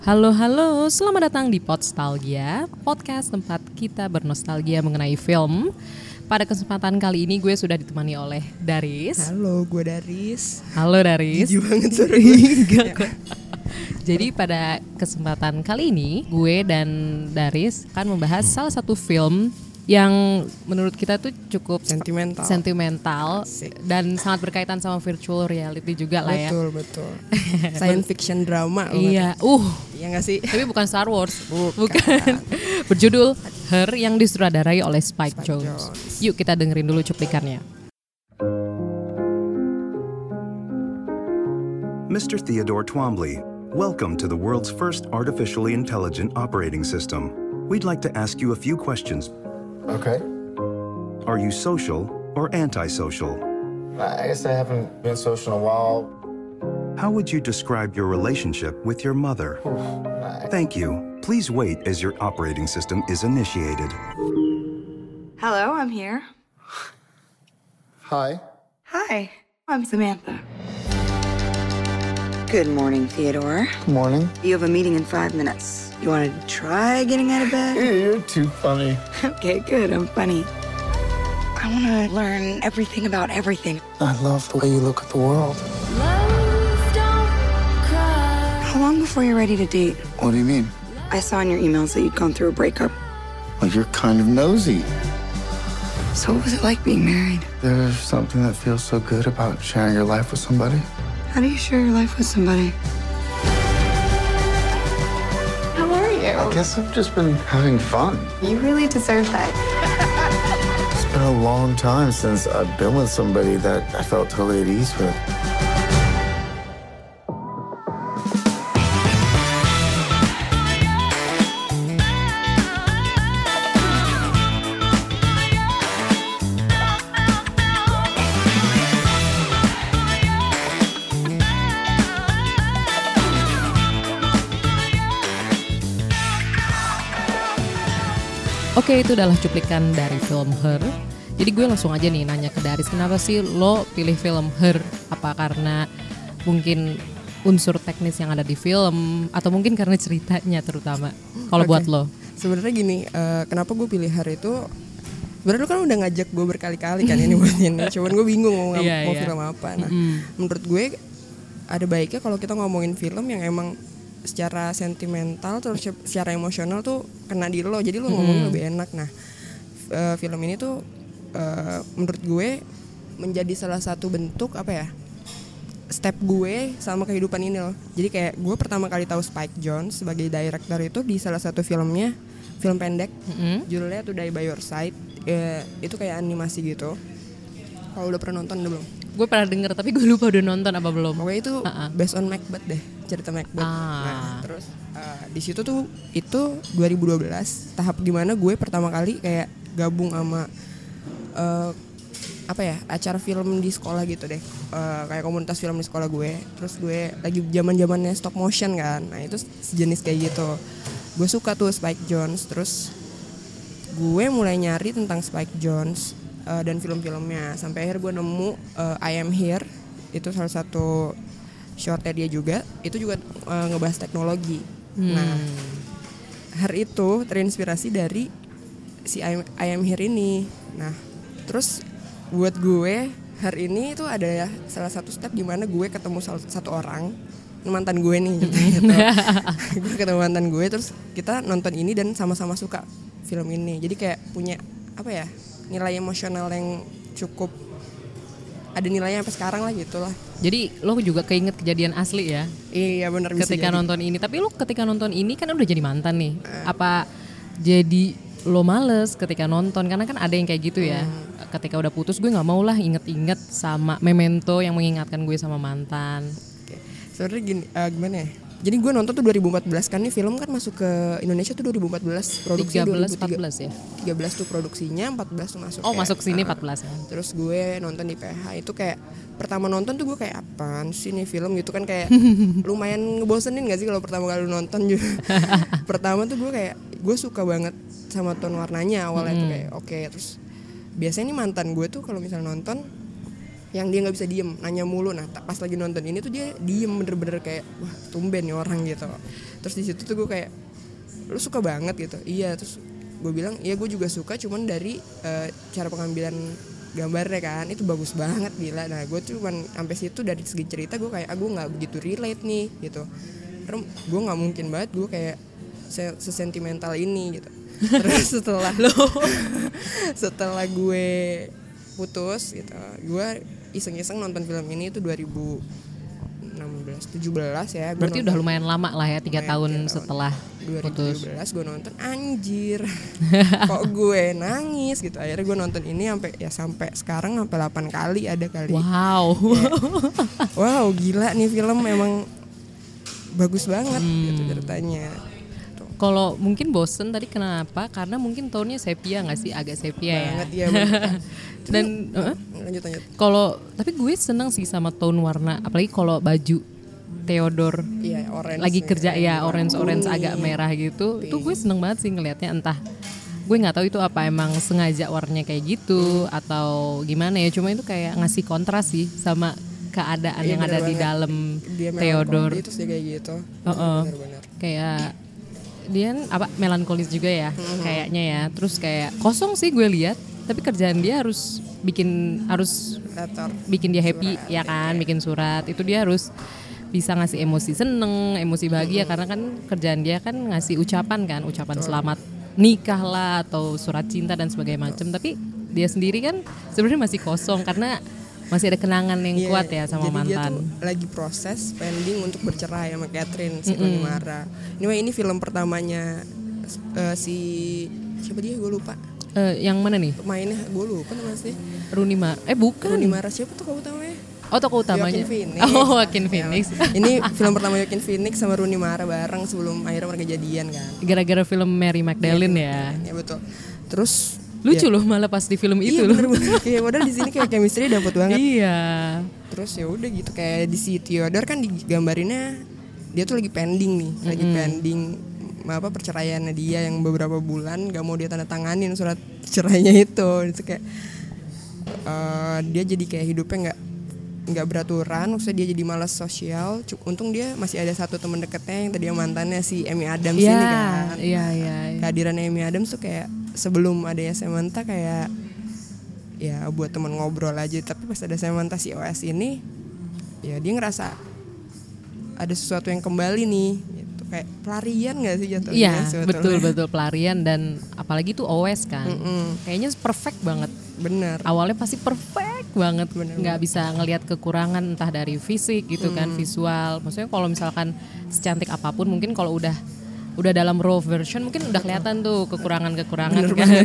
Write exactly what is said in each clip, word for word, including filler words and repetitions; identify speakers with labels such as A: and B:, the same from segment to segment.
A: Halo halo, selamat datang di Podstalgia, podcast tempat kita bernostalgia mengenai film. Pada kesempatan kali ini gue sudah ditemani oleh Daris.
B: Halo, gue Daris.
A: Halo Daris.
B: Jijik banget suara gue.
A: Enggak kok. Jadi pada kesempatan kali ini gue dan Daris akan membahas salah satu film yang menurut kita tuh cukup
B: Sentimental.
A: sentimental
B: Asik.
A: dan sangat berkaitan sama virtual reality juga lah ya.
B: Betul, betul. Science fiction drama.
A: Iya, uh,
B: Iya gak sih?
A: tapi bukan Star Wars,
B: Bukan.
A: Berjudul Her yang disutradarai oleh Spike,
B: Spike
A: Jonze.
B: Jonze.
A: Yuk kita dengerin dulu cuplikannya.
C: Mister Theodore Twombly, welcome to the world's first artificially intelligent operating system. We'd like to ask you a few questions.
D: Okay.
C: Are you social or antisocial?
D: I guess I haven't been social in a while.
C: How would you describe your relationship with your mother?
D: I-
C: Thank you. Please wait as your operating system is initiated.
E: Hello, I'm here.
D: Hi.
E: Hi, I'm Samantha. Good morning, Theodore.
D: Good morning.
E: You have a meeting in five minutes. You want to try getting out of bed?
D: You're too funny.
E: Okay, good. I'm funny. I want to learn everything about everything.
D: I love the way you look at the world.
E: How long before you're ready to date?
D: What do you mean?
E: I saw in your emails that you'd gone through a breakup.
D: Well, you're kind of nosy.
E: So what was it like being married?
D: There's something that feels so good about sharing your life with somebody.
E: How do you share your life with somebody?
F: How are you?
D: I guess I've just been having fun.
F: You really deserve that.
D: It's been a long time since I've been with somebody that I felt totally at ease with.
A: Oke, itu adalah cuplikan dari film Her. Jadi gue langsung aja nih nanya ke Daris, kenapa sih lo pilih film Her? Apa karena mungkin unsur teknis yang ada di film atau mungkin karena ceritanya terutama? Kalau
B: Oke.
A: buat lo?
B: Sebenarnya gini, eh, kenapa gue pilih Her itu? Sebenarnya lu kan udah ngajak gue berkali-kali kan ini buat ini. Cuman gue bingung mau, ngam-
A: Iya,
B: mau
A: iya.
B: film apa. Nah,
A: Mm-mm.
B: menurut gue ada baiknya kalau kita ngomongin film yang emang secara sentimental terus secara emosional tuh kena di lo. Jadi lo ngomongin lebih enak. Nah, f- eh, film ini tuh eh, menurut gue menjadi salah satu bentuk apa ya? Step gue sama kehidupan ini loh. Jadi kayak gue pertama kali tahu Spike Jonze sebagai director itu di salah satu filmnya, film pendek,
A: Mm-mm.
B: judulnya tuh Die By Your Side. Eh, itu kayak animasi gitu. Kalau udah pernah nonton udah belum?
A: Gue pernah denger tapi gue lupa udah nonton apa belum.
B: Pokoknya itu
A: Uh-uh.
B: based on Macbeth deh, cerita Macbeth.
A: Ah.
B: Nah, terus eh, di situ tuh itu dua ribu dua belas tahap dimana gue pertama kali kayak gabung sama eh, apa ya acara film di sekolah gitu deh. Eh, kayak komunitas film di sekolah gue. Terus gue lagi zaman zamannya stop motion kan. Nah itu sejenis kayak gitu. Gue suka tuh Spike Jonze. Terus gue mulai nyari tentang Spike Jonze uh, dan film-filmnya sampai akhir gue nemu uh, I Am Here, itu salah satu shortnya dia juga, itu juga uh, ngebahas teknologi.
A: Hmm.
B: Nah, Her itu terinspirasi dari si I Am, I Am Here ini. Nah, terus buat gue Her ini itu ada ya salah satu step di mana gue ketemu salah satu orang, mantan gue nih gitu. Gue ketemu mantan gue, terus kita nonton ini dan sama-sama suka film ini. Jadi kayak punya apa ya nilai emosional yang cukup ada nilainya sampai sekarang lah gitu lah.
A: Jadi lo juga keinget kejadian asli ya?
B: Iya benar bisa
A: Ketika
B: jadi.
A: nonton ini. Tapi lo ketika nonton ini kan udah jadi mantan nih. Apa jadi lo males ketika nonton? Karena kan ada yang kayak gitu ya. Ketika udah putus gue gak mau lah inget-inget sama memento yang mengingatkan gue sama mantan.
B: Oke. Sebenarnya gini, eh, gimana ya? Jadi gue nonton tuh dua ribu empat belas kan, nih film kan masuk ke Indonesia tuh dua ribu empat belas, produksi
A: tiga belas empat belas ya?
B: tiga belas tuh produksinya, empat belas tuh masuk.
A: Oh
B: kayak,
A: masuk sini
B: ah.
A: empat belas ya?
B: Terus gue nonton di P H itu kayak pertama nonton tuh gue kayak apaan sih nih film gitu kan, kayak lumayan ngebosenin gak sih kalau pertama kali nonton juga. Pertama tuh gue kayak gue suka banget sama tone warnanya awalnya tuh kayak oke. Terus biasanya nih mantan gue tuh kalau misalnya nonton yang dia nggak bisa diem, nanya mulu. Nah pas lagi nonton ini tuh dia diem bener-bener kayak wah tumben nih orang gitu. Terus di situ tuh gue kayak, lu suka banget gitu. Iya, terus gue bilang iya gue juga suka, cuman dari uh, cara pengambilan gambarnya kan itu bagus banget gila. Nah gue cuman sampai situ dari segi cerita gue kayak ah gue nggak begitu relate nih gitu. Terus gue nggak mungkin banget gue kayak sesentimental ini gitu. Terus setelah setelah gue putus gitu, gue iseng-iseng nonton film ini itu dua ribu enam belas tujuh belas ya.
A: Berarti udah lumayan lama lah ya, tiga tahun setelah
B: dua ribu tujuh belas
A: putus.
B: Gue nonton, anjir kok gue nangis gitu. Akhirnya gue nonton ini sampai ya sampai sekarang sampai delapan kali ada kali.
A: Wow.
B: Ya, wow gila nih film memang bagus banget hmm. gitu ceritanya.
A: Kalau mungkin bosen tadi kenapa? Karena mungkin tone-nya sepia nggak sih, agak sepia
B: banget,
A: ya.
B: Ya
A: Dan uh,
B: lanjut lanjut.
A: Kalau tapi gue seneng sih sama tone warna, apalagi kalau baju Theodore
B: ya, orange
A: lagi kerja ya orange orange
B: Pink.
A: agak merah gitu.
B: Pink.
A: Itu gue seneng banget sih ngelihatnya. Entah gue nggak tahu itu apa emang sengaja warnanya kayak gitu hmm. atau gimana ya. Cuma itu kayak ngasih kontras sih sama keadaan
B: ya,
A: yang ada
B: banget.
A: Di dalam
B: dia
A: Theodore.
B: Terus dia kayak gitu.
A: Uh-uh.
B: Benar-benar.
A: Kayak dia apa melankolis juga ya mm-hmm. kayaknya ya. Terus kayak kosong sih gue lihat, tapi kerjaan dia harus bikin harus
B: Latar.
A: bikin dia happy
B: surat,
A: ya kan,
B: ya.
A: bikin surat. Itu dia harus bisa ngasih emosi seneng, emosi bahagia mm-hmm. karena kan kerjaan dia kan ngasih ucapan kan, ucapan Betul. Selamat nikah lah atau surat cinta dan sebagainya macam. Tapi dia sendiri kan sebenarnya masih kosong karena masih ada kenangan yang yeah, kuat ya sama
B: jadi
A: mantan.
B: Dia tuh lagi proses pending untuk bercerai sama Catherine si Rooney Mara. Ini ini film pertamanya uh, si siapa dia gue lupa.
A: Uh, yang mana nih?
B: Mainnya gue lupa namanya sih.
A: Rooney Mara. Eh bukan.
B: Rooney Mara siapa tuh tokoh utamanya?
A: Oh tokoh utamanya.
B: Joaquin Phoenix.
A: Oh Joaquin Phoenix.
B: Ini film pertama Joaquin Phoenix sama Rooney Mara bareng sebelum akhirnya mereka jadian kan.
A: Gara-gara film Mary Magdalene ya.
B: Ya, ya betul. Terus
A: lucu
B: ya.
A: Loh malah pas di film itu
B: iya,
A: loh.
B: Bener-bener. Kayak padahal di sini kayak chemistry dapet banget.
A: Iya.
B: Terus ya udah gitu kayak di si Theodore kan digambarinnya dia tuh lagi pending nih, mm-hmm. lagi pending apa perceraiannya dia yang beberapa bulan gak mau dia tanda tanganin surat cerainya itu. Itu kayak uh, dia jadi kayak hidupnya nggak nggak beraturan, maksudnya dia jadi malas sosial. Untung dia masih ada satu teman dekatnya yang tadi mantannya si Amy Adams
A: yeah,
B: ini kan.
A: Iya iya.
B: Kehadiran Amy Adams tuh kayak sebelum adanya Samantha kayak ya buat teman ngobrol aja, tapi pas ada Samantha si O S ini ya dia ngerasa ada sesuatu yang kembali nih gitu. Kayak pelarian nggak sih jatuhnya?
A: Iya betul betul pelarian, dan apalagi tuh O S kan
B: Mm-mm.
A: kayaknya perfect banget.
B: Bener.
A: Awalnya pasti perfect banget, bener, nggak bener. Bisa ngelihat kekurangan entah dari fisik gitu mm. kan, visual. Maksudnya kalau misalkan secantik apapun mungkin kalau udah udah dalam raw version mungkin udah kelihatan tuh kekurangan-kekurangan bener kan.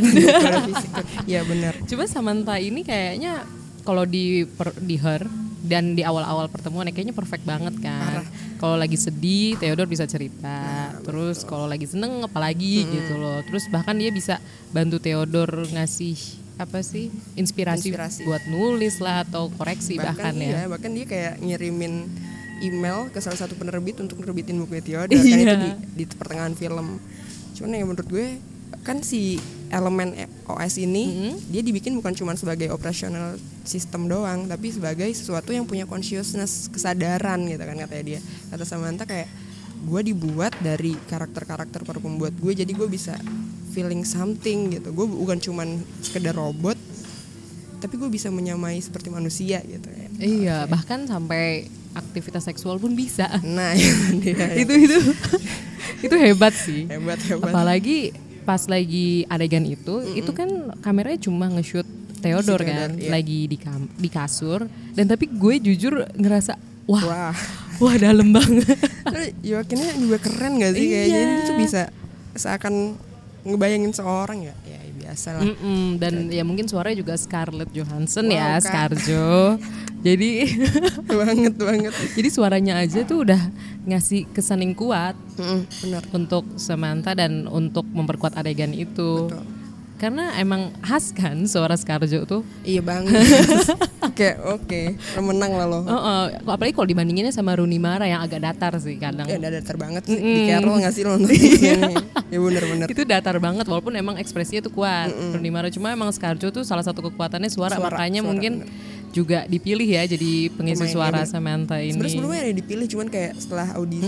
B: Iya benar.
A: Coba Samantha ini kayaknya kalau di per, di Her dan di awal-awal pertemuan kayaknya perfect banget kan. Kalau lagi sedih Theodore bisa cerita, nah, terus kalau lagi seneng apalagi hmm. gitu loh. Terus bahkan dia bisa bantu Theodore ngasih apa sih inspirasi, inspirasi. buat nulis lah atau koreksi bahkan, bahkan ya.
B: Iya, bahkan dia kayak ngirimin email ke salah satu penerbit untuk nerbitin buku Theodore
A: iya.
B: kan itu di, di pertengahan film. Cuman ya menurut gue kan si elemen O S ini mm-hmm. dia dibikin bukan cuma sebagai operational system doang, tapi sebagai sesuatu yang punya consciousness, kesadaran gitu kan katanya dia. Kata Samantha kayak gue dibuat dari karakter-karakter para pembuat gue, jadi gue bisa feeling something gitu. Gue bukan cuma sekedar robot, tapi gue bisa menyamai seperti manusia gitu ya.
A: Iya, okay. Bahkan sampai aktivitas seksual pun bisa. Nah, ya, ya. itu itu itu hebat sih.
B: Hebat hebat.
A: Apalagi pas lagi adegan itu, mm-mm. itu kan kameranya cuma nge-shoot Theodore si kan, iya. lagi di kam- di kasur, dan tapi gue jujur ngerasa wah, wah, wah dalam banget.
B: Joaquinnya juga keren gak sih kayaknya, iya. Itu bisa seakan ngebayangin seorang ya. Ya biasa lah.
A: Mm-mm, dan jadi. Ya mungkin suaranya juga Scarlett Johansson wow, ya, kan. Scarjo. Jadi
B: banget banget.
A: Jadi suaranya aja tuh udah ngasih kesan yang kuat
B: mm, benar.
A: Untuk Samantha dan untuk memperkuat adegan itu. Betul. Karena emang khas kan suara Scarjo tuh.
B: Iya banget. Kayak oke, okay, menang lah lo.
A: Oh, oh. Apalagi kalau dibandinginnya sama Rooney Mara yang agak datar sih kadang.
B: Ya datar banget sih. Mm. Di Carol nggak sih lo nonton? Ya benar-benar.
A: Itu datar banget walaupun emang ekspresinya tuh kuat. Mm-mm. Rooney Mara cuma emang Scarjo tuh salah satu kekuatannya suara, suara makanya suara, mungkin bener. Juga dipilih ya jadi pengisi Pemain suara Samantha ini.
B: Sebenarnya sebelumnya ada dipilih cuman kayak setelah audisi mm-hmm.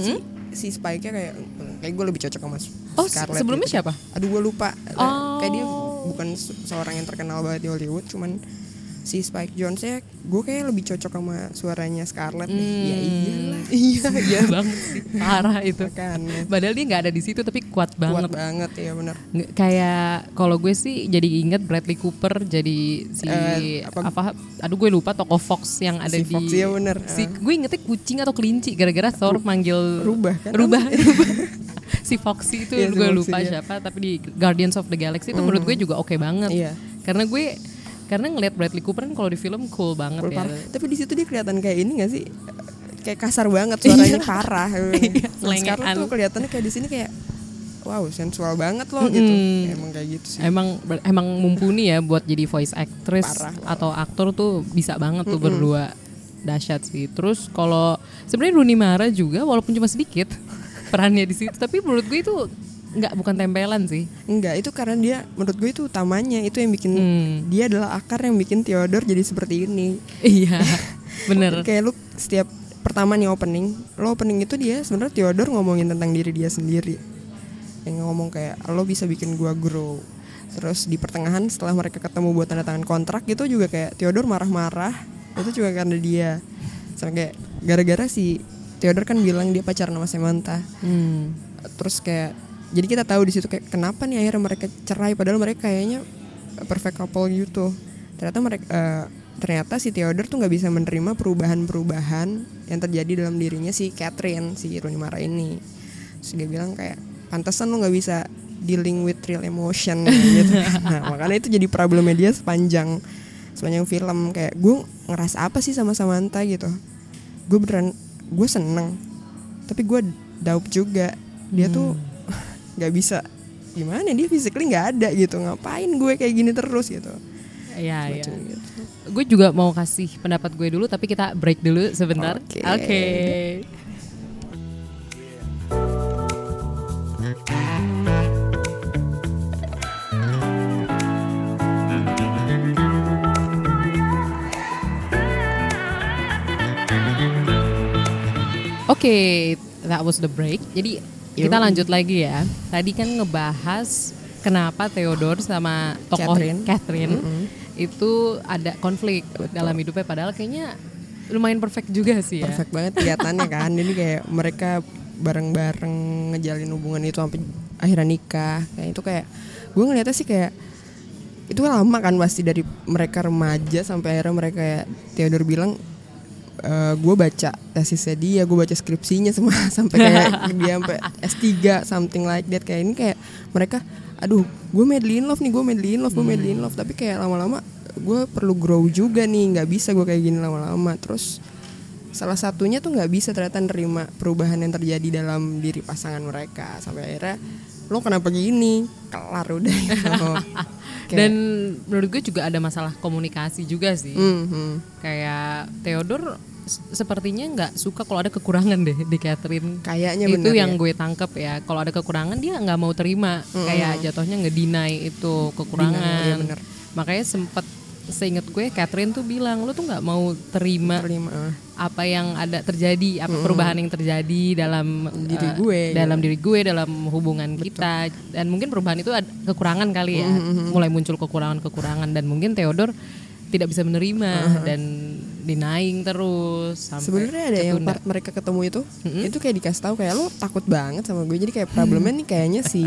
B: si Spike-nya kayak kayak gue lebih cocok sama
A: Oh,
B: Scarlett.
A: sebelumnya
B: gitu.
A: siapa?
B: Aduh gue lupa.
A: Oh.
B: Kayak dia bukan se- seorang yang terkenal banget di Hollywood, cuman si Spike Jonze gue kayak lebih cocok sama suaranya Scarlett.
A: Hmm.
B: Ya iyalah. Iya, iya
A: banget sih. Parah itu.
B: Makanya.
A: Padahal dia nggak ada di situ tapi kuat banget.
B: Kuat banget ya benar.
A: Nge- Kayak kalau gue sih jadi inget Bradley Cooper jadi si
B: Eh,
A: apa,
B: apa-
A: aduh gue lupa tokoh Fox yang ada
B: Si
A: di
B: Fox, iya bener.
A: si gue ingetnya kucing atau kelinci gara-gara Thor manggil
B: Rubah kan?
A: rubah, rubah. Si Foxy itu
B: Iya, si
A: gue
B: Foxy,
A: lupa
B: iya.
A: siapa tapi di Guardians of the Galaxy itu menurut gue juga oke banget.
B: Iya.
A: Karena gue karena ngelihat Bradley Cooper kan kalau di film cool banget
B: Cool
A: ya.
B: parah. Tapi di situ dia kelihatan kayak ini nggak sih? Kayak kasar banget suaranya parah.
A: Iya,
B: Nah, sekarang
A: selengean.
B: tuh kelihatannya kayak di sini kayak wow sensual banget loh gitu. Emang kayak gitu sih.
A: Emang emang mumpuni ya buat jadi voice actress
B: Parah.
A: atau aktor tuh bisa banget tuh berdua, dahsyat sih. Terus kalau sebenarnya Rooney Mara juga walaupun cuma sedikit perannya di situ, tapi menurut gue itu nggak bukan tempelan sih.
B: Enggak, itu karena dia menurut gue itu utamanya, itu yang bikin
A: Hmm.
B: dia adalah akar yang bikin Theodore jadi seperti ini.
A: Iya, bener.
B: Kayak lu setiap pertama nih opening, lo opening itu dia sebenarnya Theodore ngomongin tentang diri dia sendiri. Yang ngomong kayak lo bisa bikin gua grow. Terus di pertengahan setelah mereka ketemu buat tanda tangan kontrak gitu juga kayak Theodore marah-marah. Itu juga karena dia. Sampai kayak gara-gara si Theodore kan bilang dia pacaran sama Samantha.
A: Hmm.
B: Terus kayak jadi kita tahu di situ kayak kenapa nih akhirnya mereka cerai padahal mereka kayaknya perfect couple gitu. Ternyata mereka uh, ternyata si Theodore tuh nggak bisa menerima perubahan-perubahan yang terjadi dalam dirinya si Catherine, si Rooney Mara ini. Terus dia bilang kayak pantesan lo nggak bisa dealing with real emotion gitu. Nah makanya itu jadi problemnya dia sepanjang sepanjang film. Kayak gue ngerasa apa sih sama Samantha gitu. Gue beneran gue seneng tapi gue doubt juga dia tuh nggak bisa gimana dia physically nggak ada gitu, ngapain gue kayak gini terus gitu.
A: Iya, iya.
B: Macam gitu.
A: Gue juga mau kasih pendapat gue dulu tapi kita break dulu sebentar.
B: Oke.
A: Oke. Oke, that was the break. Jadi kita
B: Yuk.
A: lanjut lagi ya. Tadi kan ngebahas kenapa Theodore sama tokoh
B: Catherine.
A: Catherine, itu ada konflik dalam hidupnya. Padahal kayaknya lumayan perfect juga sih ya.
B: Perfect banget kelihatannya kan. Jadi kayak mereka bareng-bareng ngejalin hubungan itu sampai akhirnya nikah. Kayak itu kayak gue ngeliatnya sih kayak itu kan lama kan pasti dari mereka remaja sampai akhirnya mereka kayak Theodore bilang Uh, gue baca tesisnya dia, gue baca skripsinya semua sampai kayak dia sampai S tiga something like that. Kayak ini kayak mereka, aduh gue madly in love nih, gue madly in love, gue madly in love. Tapi kayak lama-lama gue perlu grow juga nih, nggak bisa gue kayak gini lama-lama. Terus salah satunya tuh nggak bisa ternyata nerima perubahan yang terjadi dalam diri pasangan mereka. Sampai akhirnya lo kenapa gini, kelar udah gitu.
A: Dan menurut gue juga ada masalah komunikasi juga sih.
B: Mm-hmm.
A: Kayak Theodore s- sepertinya nggak suka kalau ada kekurangan deh di Catherine.
B: Kayaknya
A: itu
B: benar
A: yang
B: ya.
A: gue tangkep ya. Kalau ada kekurangan dia nggak mau terima.
B: Mm-hmm.
A: Kayak jatuhnya ngedeny itu kekurangan.
B: Deny, iya benar.
A: Makanya sempet seinget gue Catherine tuh bilang lo tuh nggak mau terima
B: Terima, ah.
A: apa yang ada terjadi, apa perubahan yang terjadi dalam
B: Diri
A: eh,
B: gue,
A: dalam
B: gitu.
A: diri gue, dalam hubungan kita. Dan mungkin perubahan itu ada kekurangan kali ya, mulai muncul kekurangan-kekurangan dan mungkin Theodore tidak bisa menerima dan denying terus sampai
B: Sebenarnya ada yang
A: ketunda.
B: part mereka ketemu itu, itu kayak dikasih tahu kayak lo takut banget sama gue. Jadi kayak problemnya nih kayaknya si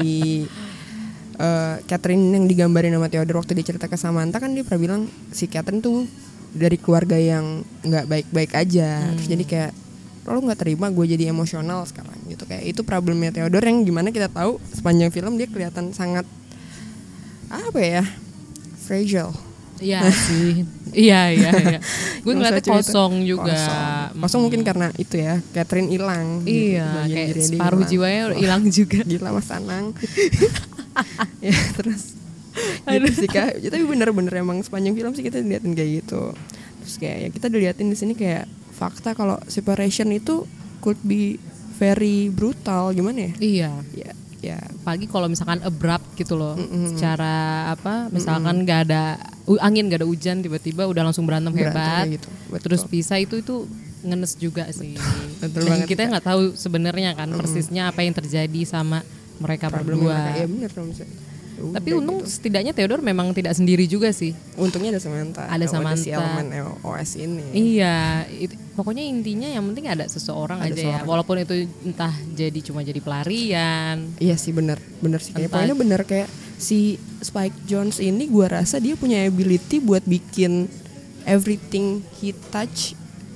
B: uh, Catherine yang digambarin sama Theodore waktu dia cerita ke Samantha kan dia pernah bilang si Catherine tuh dari keluarga yang nggak baik-baik aja. Terus jadi kayak lo nggak terima gue jadi emosional sekarang gitu. Kayak itu problemnya Theodore yang gimana kita tahu sepanjang film dia kelihatan sangat apa ya, fragile.
A: Iya sih, iya iya. iya. Gue ngeliatnya
B: Nggak usah cerita.
A: kosong juga.
B: Kosong. Kosong mungkin karena itu ya, Catherine hilang.
A: Iya,
B: Bagian
A: kayak
B: dirinya dia
A: separuh
B: hilang.
A: jiwanya udah hilang juga.
B: Gila Mas Anang. Ya terus gitu sih Kak. Ya, tapi bener-bener emang sepanjang film sih kita liatin kayak gitu. Terus kayak ya kita diliatin di sini kayak fakta kalau separation itu could be very brutal, gimana ya?
A: Iya.
B: Ya, ya.
A: Pagi kalau misalkan abrupt gitu loh, secara apa, misalkan nggak ada u- angin, nggak ada hujan, tiba-tiba udah langsung berantem,
B: Berantem
A: hebat,
B: kayak gitu, betul.
A: terus pisah itu itu ngenes juga sih.
B: Betul
A: Dan
B: banget,
A: kita
B: Kak.
A: nggak tahu sebenarnya kan persisnya apa yang terjadi sama mereka
B: Problem
A: berdua.
B: mereka. Iya benar dong. misalnya. Ya
A: Tapi
B: udah
A: untung
B: gitu.
A: setidaknya Theodore memang tidak sendiri juga sih.
B: Untungnya ada Samantha.
A: Ada
B: Oh,
A: Samantha.
B: si elemen O S ini.
A: Iya, itu, pokoknya intinya yang penting ada seseorang
B: Ada
A: aja ya.
B: seorang.
A: Walaupun itu entah jadi cuma jadi pelarian.
B: Iya sih benar, benar sih. Kayak
A: Entah-
B: pokoknya benar kayak si Spike Jonze ini gua rasa dia punya ability buat bikin everything he touch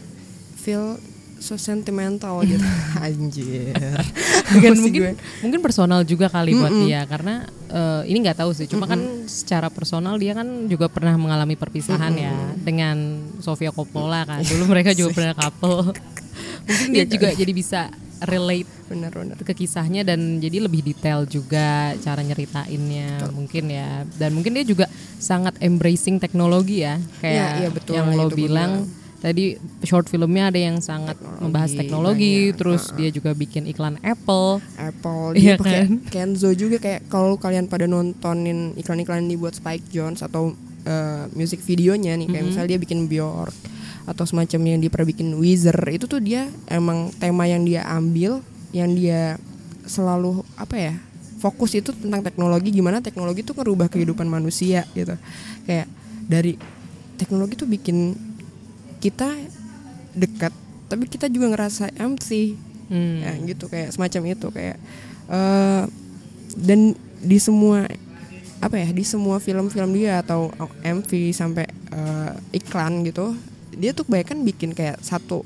B: feel so sentimental gitu. Anjir.
A: Dengan
B: Apa sih
A: mungkin
B: gue?
A: mungkin personal juga kali buat dia karena eh, ini nggak tahu sih. Cuma kan secara personal dia kan juga pernah mengalami perpisahan ya dengan Sofia Coppola kan. Dulu mereka juga pernah couple. Mungkin dia juga jadi bisa relate
B: Benar-benar.
A: ke kisahnya dan jadi lebih detail juga cara nyeritainnya mungkin ya. Dan mungkin dia juga sangat embracing teknologi ya. Kayak
B: Iya, iya, betul.
A: yang lo
B: Itu gue
A: bilang
B: bilang.
A: tadi short filmnya ada yang sangat membahas teknologi,
B: banyak.
A: terus dia juga bikin iklan Apple.
B: Apple
A: Iya
B: dia pakai
A: kan?
B: Kenzo juga kayak kalau kalian pada nontonin iklan-iklan dibuat Spike Jonze atau uh, music videonya nih kayak misalnya dia bikin Bjork atau semacam yang dia pernah bikin Weezer itu tuh dia emang tema yang dia ambil yang dia selalu apa ya fokus itu tentang teknologi, gimana teknologi tuh ngerubah kehidupan manusia gitu. Kayak dari teknologi tuh bikin kita dekat tapi kita juga ngerasa empty.
A: Hmm.
B: Ya, gitu kayak semacam itu kayak eh, dan di semua apa ya di semua film-film dia atau M V sampai eh, iklan gitu dia tuh kebanyakan bikin kayak satu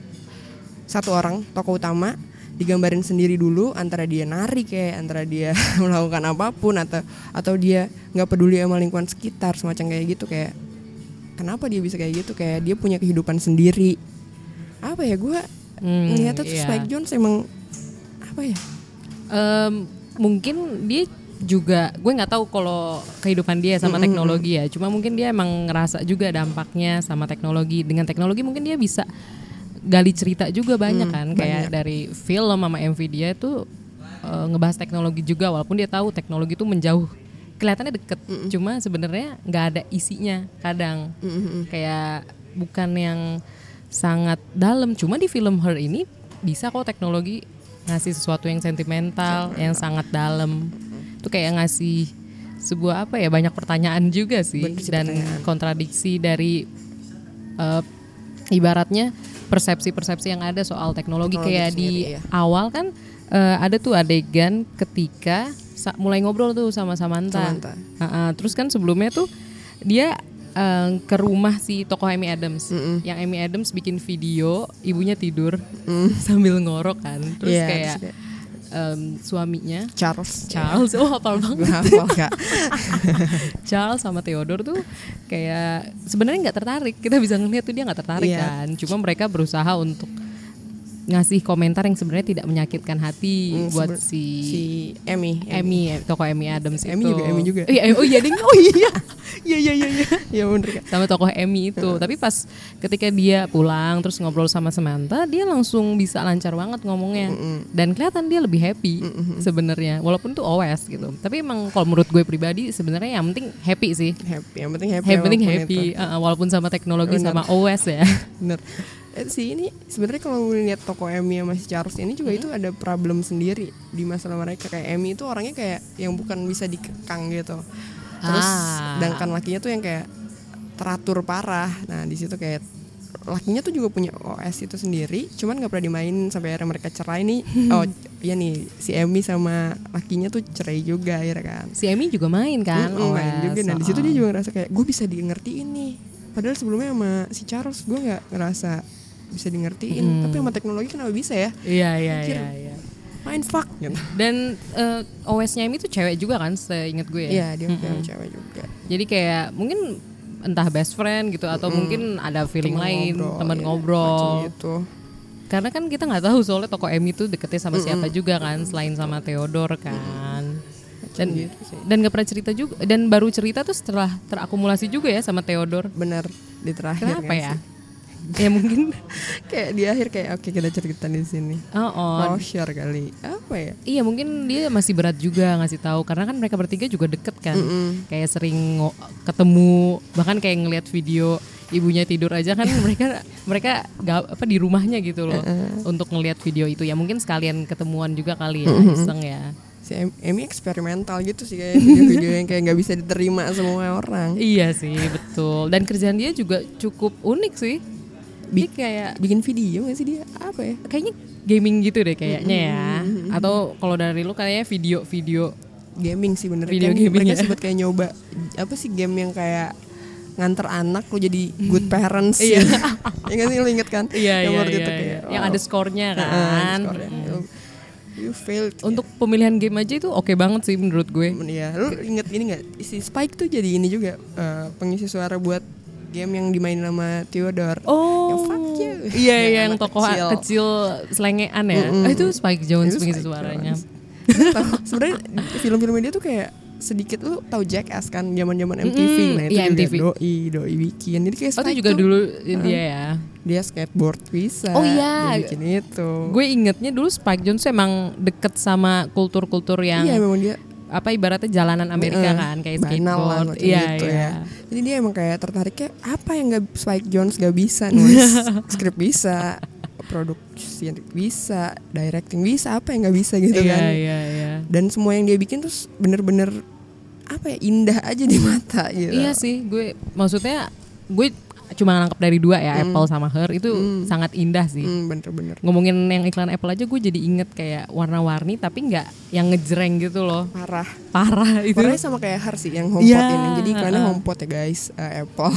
B: satu orang tokoh utama digambarin sendiri dulu antara dia nari kayak antara dia melakukan apapun atau atau dia nggak peduli sama lingkungan sekitar semacam kayak gitu kayak kenapa dia bisa kayak gitu kayak dia punya kehidupan sendiri apa ya gue
A: Hmm,
B: ngeliatnya tuh
A: iya.
B: Spike Jonze emang apa ya
A: Em, mungkin dia juga gue nggak tahu kalau kehidupan dia sama teknologi ya. Cuma mungkin dia emang ngerasa juga dampaknya sama teknologi. Dengan teknologi mungkin dia bisa gali cerita juga banyak
B: Hmm,
A: kan kayak dari film sama M V dia itu eh, ngebahas teknologi juga walaupun dia tahu teknologi itu menjauh kelihatannya deket cuma sebenarnya nggak ada isinya kadang kayak bukan yang sangat dalam. Cuma di film Her ini bisa kok teknologi ngasih sesuatu yang sentimental yang sangat dalam itu kayak ngasih sebuah apa ya banyak pertanyaan juga sih
B: Bener sih,
A: dan
B: pertanyaan.
A: kontradiksi dari eh, ibaratnya persepsi-persepsi yang ada soal teknologi,
B: Teknologi
A: kayak di
B: sendiri, iya.
A: awal kan eh, ada tuh adegan ketika sa- mulai ngobrol tuh sama Samantha.
B: Samantha.
A: Ha-ha, terus kan sebelumnya tuh dia eh, ke rumah si tokoh Amy Adams, yang Amy Adams bikin video ibunya tidur sambil ngorok kan, terus
B: Iya,
A: kayak
B: terus kayak
A: em, suaminya
B: Charles
A: Charles, oh hafal banget.
B: gue hafal Kak.
A: Charles sama Theodore tuh kayak sebenarnya nggak tertarik, kita bisa ngeliat tuh dia nggak tertarik
B: Iya.
A: kan, cuma mereka berusaha untuk ngasih komentar yang sebenarnya tidak menyakitkan hati
B: Hmm,
A: buat
B: seben-
A: si,
B: si Amy
A: Amy, tokoh Amy Adams
B: Amy
A: itu.
B: juga, Amy juga.
A: Iya, oh iya ding, oh iya, iya iya iya. iya.
B: ya bener Kak.
A: Sama tokoh Amy itu. Tapi pas ketika dia pulang terus ngobrol sama Samantha, dia langsung bisa lancar banget ngomongnya. Dan kelihatan dia lebih happy sebenarnya. Walaupun itu O S gitu. Tapi emang kalau menurut gue pribadi sebenarnya yang penting happy sih.
B: Happy yang penting happy
A: Yang penting
B: apapun
A: happy,
B: itu.
A: uh, walaupun sama teknologi
B: Bener.
A: sama O S ya.
B: Bener. Eh, si ini sebenarnya kalau lihat toko Amy sama si Charles ini juga itu ada problem sendiri di masalah mereka. Kayak Amy itu orangnya kayak yang bukan bisa dikekang gitu. Terus
A: Ah.
B: sedangkan lakinya tuh yang kayak teratur parah. Nah di situ kayak lakinya tuh juga punya O S itu sendiri, cuman nggak pernah dimainin sampai akhirnya mereka cerai nih. Oh iya nih si Amy sama lakinya tuh cerai juga akhirnya kan.
A: Si Amy juga main kan,
B: Mm-mm,
A: O S.
B: main juga. Nah di situ
A: uh-uh.
B: dia juga ngerasa kayak gue bisa di ngertiin nih. Padahal sebelumnya sama si Charles gue nggak ngerasa bisa di ngertiin.
A: Hmm.
B: Tapi sama teknologi kenapa bisa ya?
A: Iya iya
B: Mikir.
A: iya iya.
B: Main fuck gitu.
A: Dan uh, O S-nya Amy tuh cewek juga kan, seingat gue ya.
B: Iya dia punya cewek juga.
A: Jadi kayak mungkin entah best friend gitu atau mungkin ada feeling
B: Temen
A: lain,
B: ngobrol,
A: teman
B: ya,
A: ngobrol.
B: macam gitu.
A: Karena kan kita nggak tahu soalnya toko Amy tuh deketnya sama siapa juga kan selain sama Theodore kan. Dan
B: gitu sih.
A: dan nggak pernah cerita juga dan baru cerita tuh setelah terakumulasi juga ya sama Theodore.
B: Bener di terakhir.
A: Kenapa
B: kan
A: ya?
B: sih?
A: Ya mungkin
B: Kayak di akhir kayak oke kita cerita di sini.
A: oh, oh.
B: Closure kali. Apa ya?
A: Iya mungkin dia masih berat juga ngasih tahu karena kan mereka bertiga juga deket kan, kayak sering ngo- ketemu bahkan kayak ngelihat video ibunya tidur aja kan mereka mereka gak, apa di rumahnya gitu loh uh-uh. untuk ngelihat video itu ya mungkin sekalian ketemuan juga kali ya uh-huh. iseng ya.
B: Si Emi eksperimental gitu sih kayak video-video yang kayak nggak bisa diterima semua orang.
A: Iya sih betul dan kerjaan dia juga cukup unik sih. Dia kayak
B: bikin video nggak sih dia apa ya?
A: Kayaknya gaming gitu deh kayaknya ya. Atau kalau dari lu kayaknya video-video
B: gaming sih bener.
A: Video
B: kan
A: gaming
B: mereka
A: ya.
B: sempat kayak nyoba apa sih game yang kayak nganter anak lu jadi good parents.
A: Iya.
B: Ya kan sih lu inget kan?
A: Iya
B: yang
A: iya,
B: itu
A: iya.
B: kayak,
A: yang
B: wow.
A: ada skornya kan.
B: Nah, skornya. Hmm. You failed.
A: Untuk ya. Pemilihan game aja itu oke okay banget sih menurut gue.
B: Iya, lu inget ini nggak? Si Spike tuh jadi ini juga uh, pengisi suara buat game yang dimainin sama Theodore.
A: Oh.
B: Yang fuck you.
A: Iya, yang, yang tokoh kecil, kecil selengean ya.
B: Mm-hmm.
A: Eh, itu Spike Jonze
B: itu
A: pengisi
B: Spike
A: suaranya.
B: Sebenarnya film-filmnya dia tuh kayak sedikit lu tahu Jackass kan zaman-zaman M T V.
A: Mm-hmm.
B: Nah itu
A: iya,
B: juga
A: M T V.
B: doi, doi bikin. Jadi kayak
A: oh, itu juga
B: tuh,
A: dulu
B: uh,
A: dia ya.
B: Dia skateboard bisa.
A: Oh iya.
B: Dia bikin itu.
A: Gue ingetnya dulu Spike Jonze emang deket sama kultur-kultur yang
B: iya, memang dia
A: apa ibaratnya jalanan Amerika uh, kan kayak skateboard.
B: Iya,
A: gitu
B: iya.
A: ya.
B: Jadi dia emang kayak tertariknya apa yang nggak Spike Jonze nggak bisa, nulis skrip bisa, produksi bisa, directing bisa, apa yang nggak bisa gitu
A: iya,
B: kan.
A: Iya, iya.
B: Dan semua yang dia bikin tuh bener-bener apa ya indah aja di mata gitu.
A: Iya sih, gue maksudnya gue cuma nangkep dari dua ya, mm. Apple sama Her itu mm. sangat indah sih.
B: Mm, bener-bener.
A: Ngomongin yang iklan Apple aja gue jadi inget kayak warna-warni tapi nggak yang ngejreng gitu loh.
B: Parah.
A: Parah itu.
B: Warnanya sama kayak Her sih yang HomePod
A: yeah.
B: ini. Jadi iklannya uh. HomePod ya guys, uh, Apple.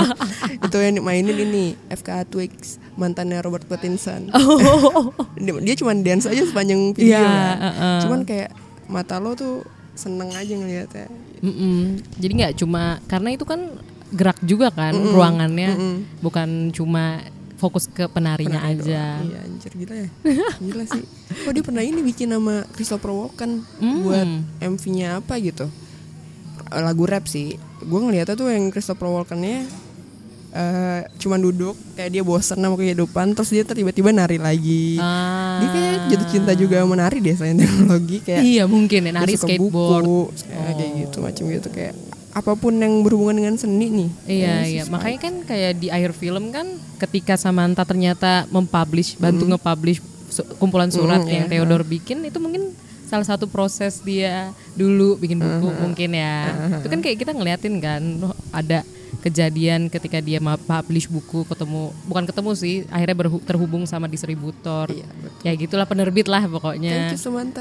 B: Itu yang mainin ini F K A Twigs, mantannya Robert Pattinson.
A: Oh.
B: dia, dia cuma dance aja sepanjang video
A: yeah,
B: kan.
A: uh-uh.
B: Cuman kayak mata lo tuh seneng aja ngeliatnya.
A: Mm-mm. Jadi nggak cuma karena itu kan gerak juga kan mm-mm. ruangannya mm-mm. bukan cuma fokus ke penarinya Penari aja.
B: Doang. Iya anjir gila ya. Gila sih. Oh dia pernah ini bikin nama Christopher Walken mm. buat M V-nya apa gitu. Lagu rap sih. Gue ngeliatnya tuh yang Christopher Walken-nya uh, cuman duduk kayak dia bosan sama kehidupan terus dia tiba-tiba nari lagi. Ah. Dia kayak jatuh cinta juga sama nari deh selain teknologi kayak.
A: Iya mungkin ya nari skateboard
B: buku, kayak, oh. kayak gitu macam gitu kayak apapun yang berhubungan dengan seni nih.
A: Iya iya, makanya kan kayak di akhir film kan ketika Samantha ternyata mempublish, bantu mm. nge-publish kumpulan surat mm, yang yeah. Theodore bikin itu mungkin salah satu proses dia dulu bikin buku uh-huh. mungkin ya. Uh-huh. Itu kan kayak kita ngeliatin kan ada kejadian ketika dia publish buku ketemu bukan ketemu sih akhirnya berhu, terhubung sama distributor. Iya, betul. Ya gitulah penerbit lah pokoknya.
B: Thank you Samantha.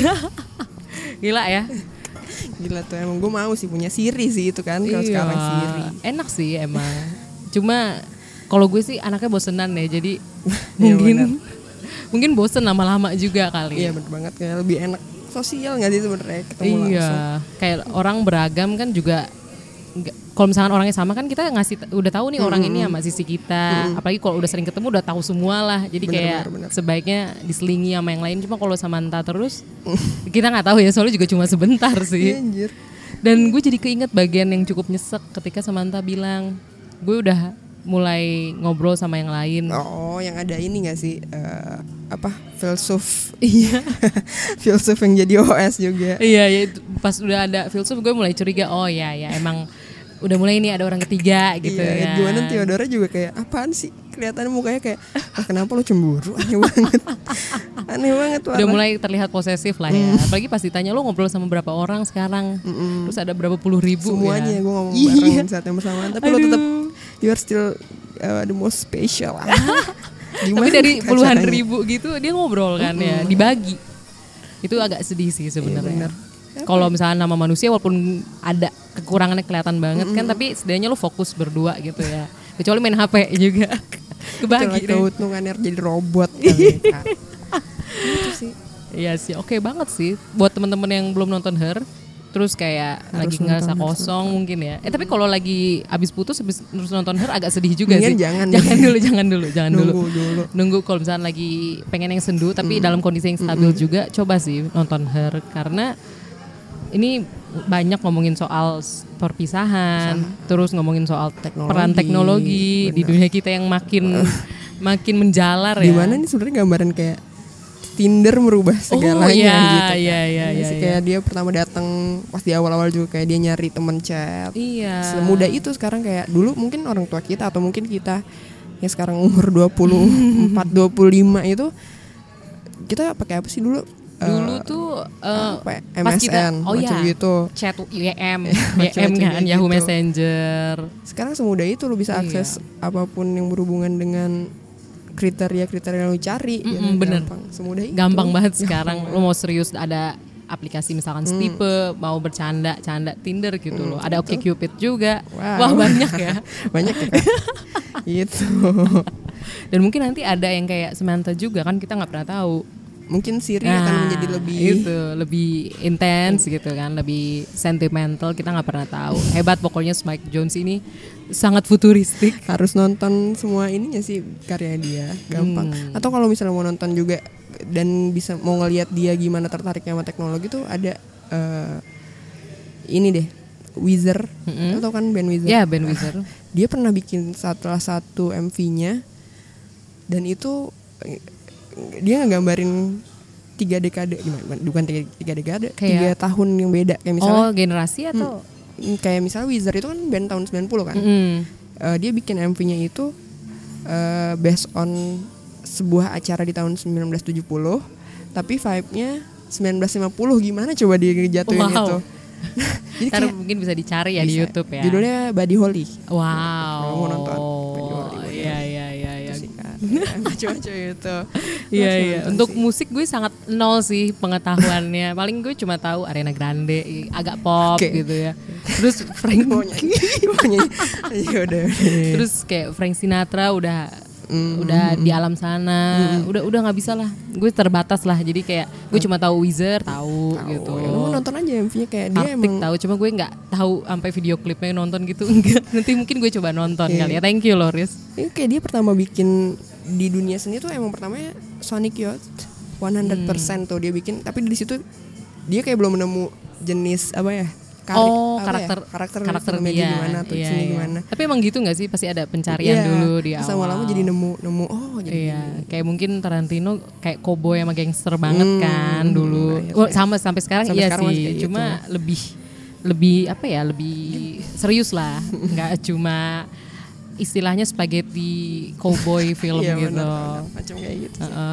A: Gila ya.
B: Gila tuh emang gue mau sih punya Siri sih itu kan kalau
A: iya,
B: sekarang Siri.
A: Enak sih emang. Cuma kalau gue sih anaknya bosenan ya jadi mungkin mungkin bosen lama-lama juga kali.
B: Iya bener banget kayak lebih enak sosial nggak sih sebenarnya ketemu
A: iya,
B: langsung.
A: Iya kayak orang beragam kan juga. Kalau misalkan orangnya sama kan kita ngasih udah tahu nih mm-hmm. orang ini sama sisi kita. Mm-hmm. Apalagi kalau udah sering ketemu udah tahu semua lah. Jadi bener, kayak bener, bener. Sebaiknya diselingi sama yang lain. Cuma kalau Samantha terus kita nggak tahu ya soalnya juga cuma sebentar sih.
B: Anjir.
A: Dan gue jadi keinget bagian yang cukup nyesek ketika Samantha bilang gue udah mulai ngobrol sama yang lain.
B: Oh, yang ada ini nggak sih uh, apa filsuf?
A: Iya,
B: filsuf yang jadi O S juga.
A: Iya, ya, pas udah ada filsuf gue mulai curiga. Oh ya, ya emang udah mulai ini ada orang ketiga gitu
B: iya,
A: ya.
B: Gimana Theodore juga kayak apaan sih? Kelihatannya mukanya kayak ah, kenapa lo cemburu? Aneh banget. Aneh banget warna.
A: Udah mulai terlihat posesif lah ya. Mm. Apalagi pas ditanya lo ngobrol sama berapa orang sekarang. Mm-mm. Terus ada berapa puluh ribu.
B: Semuanya
A: ya.
B: Gue ngomong iya. bareng saat yang bersamaan. Tapi Aduh. Lo tetap you are still uh, the most special.
A: Tapi dari puluhan caranya? Ribu gitu dia ngobrol kan mm-hmm. ya, dibagi. Itu agak sedih sih sebenarnya. Iya, kalau misalnya nama manusia walaupun ada kekurangannya kelihatan banget mm-hmm. kan, tapi setidaknya lo fokus berdua gitu ya. Kecuali main H P juga. Kebagi deh.
B: Keuntungannya jadi robot kali ya. Gitu sih.
A: Iya sih, oke okay banget sih buat teman-teman yang belum nonton Her. Terus kayak lagi ngerasa kosong nonton. Mungkin ya. Eh tapi kalau lagi abis putus habis terus nonton Her agak sedih juga
B: Mungkin
A: sih.
B: Jangan,
A: jangan dulu, jangan dulu, jangan
B: Nunggu
A: dulu.
B: dulu.
A: Nunggu kalau misalnya lagi pengen yang sendu tapi mm. dalam kondisi yang stabil mm-hmm. juga, coba sih nonton Her karena ini banyak ngomongin soal perpisahan, Sama. terus ngomongin soal teknologi, peran teknologi bener. Di dunia kita yang makin makin menjalar ya.
B: Di mana nih sebenarnya gambaran kayak Tinder merubah segalanya
A: oh, iya,
B: gitu kan.
A: Iya, iya,
B: Jadi
A: iya,
B: sih
A: iya.
B: kayak dia pertama datang pas di awal-awal juga kayak dia nyari temen chat.
A: Iya.
B: Semudah itu sekarang kayak dulu mungkin orang tua kita atau mungkin kita yang sekarang umur dua puluh empat dua puluh lima itu kita pakai apa sih dulu?
A: Dulu
B: Uh,
A: tuh uh,
B: apa ya?
A: pas
B: M S N
A: kita, oh
B: macam
A: ya,
B: gitu.
A: chat Y M, Y M
B: Macam-macam
A: kan,
B: kayak
A: Yahoo
B: gitu.
A: Messenger.
B: Sekarang semudah itu lo bisa
A: Iya.
B: akses apapun yang berhubungan dengan kriteria-kriteria yang lo cari.
A: Mm-mm,
B: ya,
A: bener.
B: Gampang. Semudah itu.
A: Gampang banget
B: Gampang
A: sekarang.
B: banget.
A: Lo mau serius ada aplikasi misalkan Stipe, mau bercanda, canda Tinder gitu loh. Ada OkCupid juga.
B: Wow.
A: Wah banyak ya.
B: Banyak ya kan? Gitu.
A: Dan mungkin nanti ada yang kayak Samantha juga kan kita nggak pernah tahu.
B: Mungkin Siri akan menjadi lebih
A: itu lebih intens gitu kan, lebih sentimental, kita nggak pernah tahu. Hebat pokoknya Spike Jonze ini sangat futuristik.
B: harus nonton semua ininya sih karya dia, gampang.
A: Hmm.
B: Atau kalau misalnya mau nonton juga dan bisa mau ngelihat dia gimana tertariknya sama teknologi tuh ada uh, ini deh, Weezer.
A: Mm-mm.
B: Atau kan band Weezer.
A: Ya, band Weezer.
B: Dia pernah bikin salah satu M V-nya dan itu dia ngegambarin tiga dekade gimana? Bukan tiga, tiga dekade,
A: Kayak-
B: tiga tahun yang beda kayak misalnya.
A: Oh, generasi atau?
B: Hmm, kayak misalnya Weezer itu kan band tahun sembilan puluh kan.
A: Mm-mm.
B: Uh, dia bikin M V-nya itu uh, based on sebuah acara di tahun sembilan belas tujuh puluh, tapi vibe-nya sembilan belas lima puluh. Gimana coba dia jatuhin
A: Wow.
B: itu? Jadi
A: Ntar
B: kayak
A: mungkin bisa dicari ya di
B: bisa.
A: YouTube ya.
B: Judulnya Buddy Holly.
A: Wow.
B: Kalau mau nonton, Buddy Holly, Buddy
A: Iya iya iya iya.
B: Sih kan. Ya, macam-macam itu.
A: Iya
B: Harus
A: iya.
B: nonton
A: Untuk
B: sih.
A: musik gue sangat nol sih pengetahuannya. Paling gue cuma tahu Ariana Grande, agak pop
B: Oke.
A: gitu ya. Terus Frank
B: mau nyanyi, mau nyanyi. Ya udah.
A: Terus kayak Frank Sinatra udah
B: Mm.
A: udah di alam sana, udah udah nggak bisa lah. Gue terbatas lah. Jadi kayak gue cuma tahu Weezer, tahu gitu.
B: Ya, lu mau nonton aja M V-nya kayak dia
A: Taktik
B: emang
A: tahu, cuma gue nggak tahu sampai video klipnya nonton gitu enggak. Nanti mungkin gue coba nonton
B: Iya.
A: kali ya. Thank you loh Riz.
B: ini kayak dia pertama bikin di dunia seni tuh emang pertamanya Sonic Youth seratus persen tuh dia bikin, tapi di situ dia kayak belum menemu jenis apa ya? Kari-
A: Oh
B: apa
A: karakter
B: ya? karakter
A: karakter
B: filmnya
A: dia
B: gimana tuh,
A: iya,
B: seni
A: iya.
B: gimana.
A: Tapi emang gitu nggak sih, pasti ada pencarian
B: Iya,
A: dulu di
B: terus
A: awal.
B: lama-lama jadi nemu nemu oh jadi
A: Iya,
B: gini.
A: kayak mungkin Tarantino kayak cowboy sama gangster banget
B: Hmm,
A: kan dulu.
B: iya,
A: Oh,
B: iya.
A: sama sampai sekarang
B: Sampai
A: iya
B: sekarang masih
A: sih.
B: kayak
A: Cuma
B: gitu.
A: lebih lebih apa ya? Lebih serius lah. Nggak cuma istilahnya spaghetti cowboy film
B: Iya,
A: gitu.
B: benar, benar. Macam kayak gitu. sih.
A: Heeh.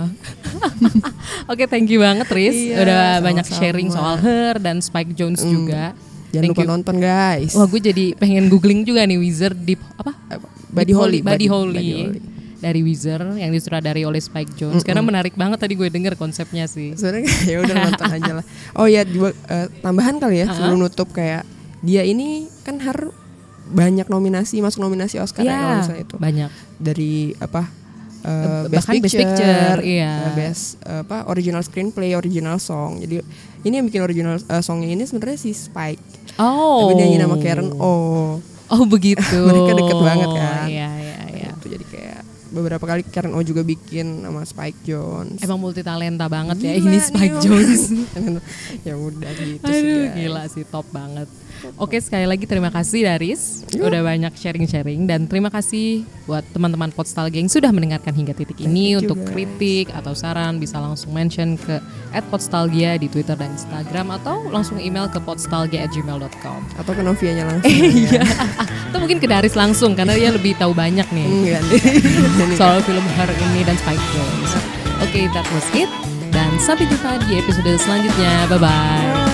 A: Oke, thank you banget Riz.
B: Iya,
A: Udah
B: sama-sama.
A: banyak sharing soal Her dan Spike Jonze juga.
B: Jangan
A: Thank
B: lupa
A: you.
B: nonton guys.
A: Wah, gue jadi pengen googling juga nih Weezer Deep apa?
B: Buddy
A: Deep
B: Holly,
A: Buddy
B: Buddy-
A: Holly.
B: Buddy Holly.
A: Dari Weezer yang disutradari oleh Spike Jonze. Karena menarik banget tadi gue denger konsepnya sih.
B: Sebenarnya ya udah nonton aja lah. Oh ya, juga, eh, tambahan kali ya sebelum nutup kayak dia ini kan Her banyak nominasi, masuk nominasi Oscar ya, kalau
A: Iya,
B: misalnya itu.
A: banyak.
B: Dari apa? eh,
A: Bahkan Best Picture, iya.
B: eh, best eh, apa original screenplay, original song. Jadi ini yang bikin original eh, songnya ini sebenarnya si Spike.
A: Oh.
B: Tapi dia nyanyi nama Karen O.
A: Oh begitu.
B: Mereka deket banget kan.
A: Iya iya iya.
B: Itu jadi kayak beberapa kali Karen O juga bikin sama Spike Jonze.
A: Emang multi talenta banget ya
B: Gila
A: ini
B: nih
A: Spike
B: orang.
A: Jonze.
B: Ya udah gitu sih.
A: Aduh
B: guys.
A: gila sih, top banget. Oke, sekali lagi terima kasih Daris udah banyak sharing-sharing, dan terima kasih buat teman-teman Podstalgia yang sudah mendengarkan hingga titik ini.
B: you,
A: Untuk
B: guys.
A: kritik atau saran bisa langsung mention ke at podstalgia di Twitter dan Instagram, atau langsung email ke podstalgia at gmail dot com.
B: Atau ke Novianya langsung.
A: Iya. Atau mungkin ke Daris langsung karena dia lebih tahu banyak nih
B: Enggak nih.
A: soal film Her ini dan Spike Jonze. Oke, that was it. Dan sampai jumpa di episode selanjutnya. Bye-bye.